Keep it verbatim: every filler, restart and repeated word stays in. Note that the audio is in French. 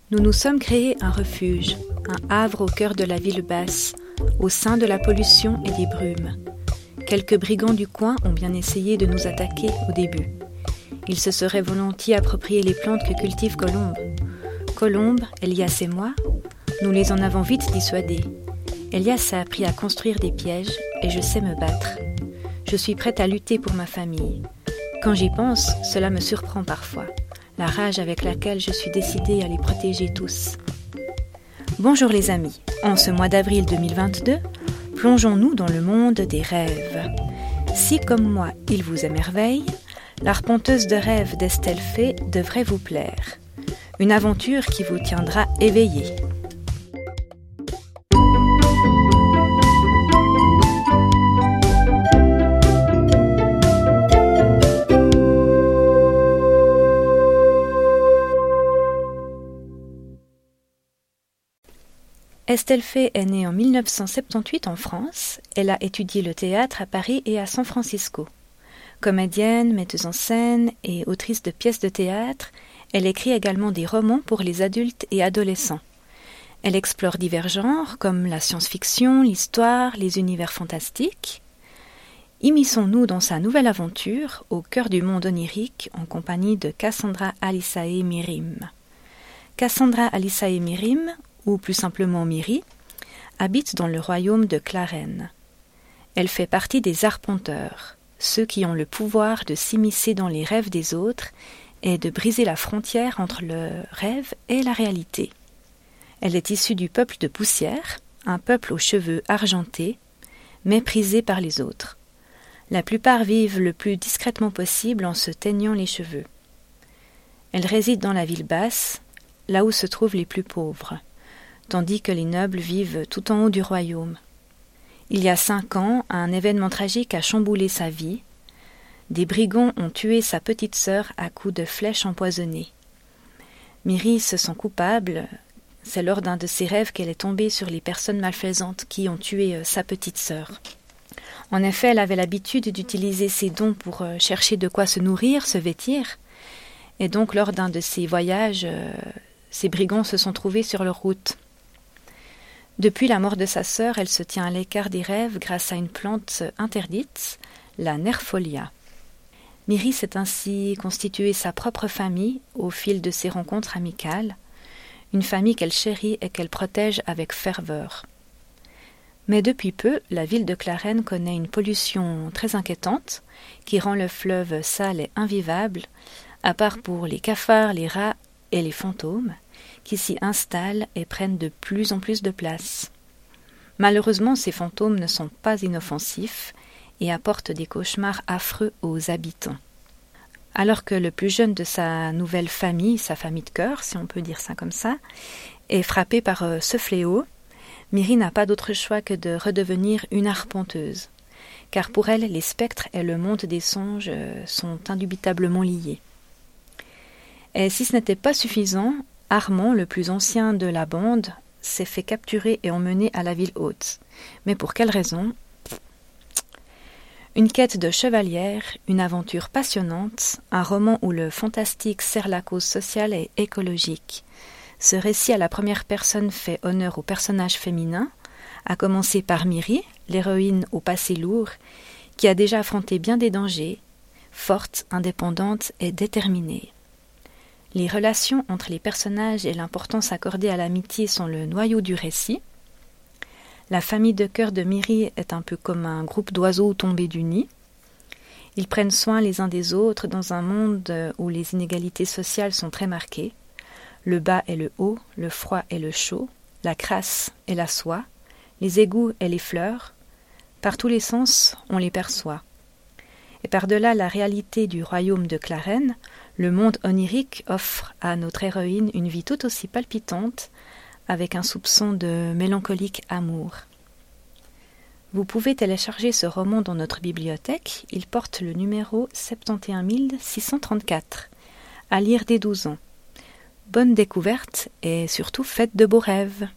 Nous nous sommes créés un refuge, un havre au cœur de la ville basse, au sein de la pollution et des brumes. Quelques brigands du coin ont bien essayé de nous attaquer au début. Ils se seraient volontiers approprié les plantes que cultive Colombe. Colombe, Elias et moi, nous les en avons vite dissuadés. Elias a appris à construire des pièges et je sais me battre. Je suis prête à lutter pour ma famille. Quand j'y pense, cela me surprend parfois. La rage avec laquelle je suis décidée à les protéger tous. Bonjour les amis, en ce mois d'avril deux mille vingt-deux, plongeons-nous dans le monde des rêves. Si comme moi, il vous émerveille, l'arpenteuse de rêves d'Estelle Fay devrait vous plaire. Une aventure qui vous tiendra éveillé. Estelle Fay est née en mille neuf cent soixante-dix-huit en France. Elle a étudié le théâtre à Paris et à San Francisco. Comédienne, metteuse en scène et autrice de pièces de théâtre, elle écrit également des romans pour les adultes et adolescents. Elle explore divers genres comme la science-fiction, l'histoire, les univers fantastiques. Immisçons-nous dans sa nouvelle aventure au cœur du monde onirique en compagnie de Cassandra Alissae Mirim. Cassandra Alissae Mirim, ou plus simplement Miri, habite dans le royaume de Clarène. Elle fait partie des arpenteurs, ceux qui ont le pouvoir de s'immiscer dans les rêves des autres et de briser la frontière entre le rêve et la réalité. Elle est issue du peuple de Poussière, un peuple aux cheveux argentés, méprisé par les autres. La plupart vivent le plus discrètement possible en se teignant les cheveux. Elle réside dans la ville basse, là où se trouvent les plus pauvres, tandis que les nobles vivent tout en haut du royaume. Il y a cinq ans, un événement tragique a chamboulé sa vie. Des brigands ont tué sa petite sœur à coups de flèches empoisonnées. Miri se sent coupable. C'est lors d'un de ses rêves qu'elle est tombée sur les personnes malfaisantes qui ont tué sa petite sœur. En effet, elle avait l'habitude d'utiliser ses dons pour chercher de quoi se nourrir, se vêtir. Et donc, lors d'un de ses voyages, ces brigands se sont trouvés sur leur route. Depuis la mort de sa sœur, elle se tient à l'écart des rêves grâce à une plante interdite, la nerfolia. Miri s'est ainsi constitué sa propre famille au fil de ses rencontres amicales, une famille qu'elle chérit et qu'elle protège avec ferveur. Mais depuis peu, la ville de Clarène connaît une pollution très inquiétante qui rend le fleuve sale et invivable, à part pour les cafards, les rats et les fantômes, qui s'y installent et prennent de plus en plus de place. Malheureusement, ces fantômes ne sont pas inoffensifs et apportent des cauchemars affreux aux habitants. Alors que le plus jeune de sa nouvelle famille, sa famille de cœur, si on peut dire ça comme ça, est frappé par euh, ce fléau, Miri n'a pas d'autre choix que de redevenir une arpenteuse, car pour elle, les spectres et le monde des songes euh, sont indubitablement liés. Et si ce n'était pas suffisant, Armand, le plus ancien de la bande, s'est fait capturer et emmener à la ville haute. Mais pour quelle raison ? Une quête de chevalière, une aventure passionnante, un roman où le fantastique sert la cause sociale et écologique. Ce récit à la première personne fait honneur aux personnages féminins, à commencer par Miri, l'héroïne au passé lourd, qui a déjà affronté bien des dangers, forte, indépendante et déterminée. Les relations entre les personnages et l'importance accordée à l'amitié sont le noyau du récit. La famille de cœur de Miri est un peu comme un groupe d'oiseaux tombés du nid. Ils prennent soin les uns des autres dans un monde où les inégalités sociales sont très marquées. Le bas et le haut, le froid et le chaud, la crasse et la soie, les égouts et les fleurs. Par tous les sens, on les perçoit. Et par-delà la réalité du royaume de Clarène, le monde onirique offre à notre héroïne une vie tout aussi palpitante, avec un soupçon de mélancolique amour. Vous pouvez télécharger ce roman dans notre bibliothèque, il porte le numéro soixante et onze mille six cent trente-quatre, à lire dès douze ans. Bonne découverte et surtout faites de beaux rêves.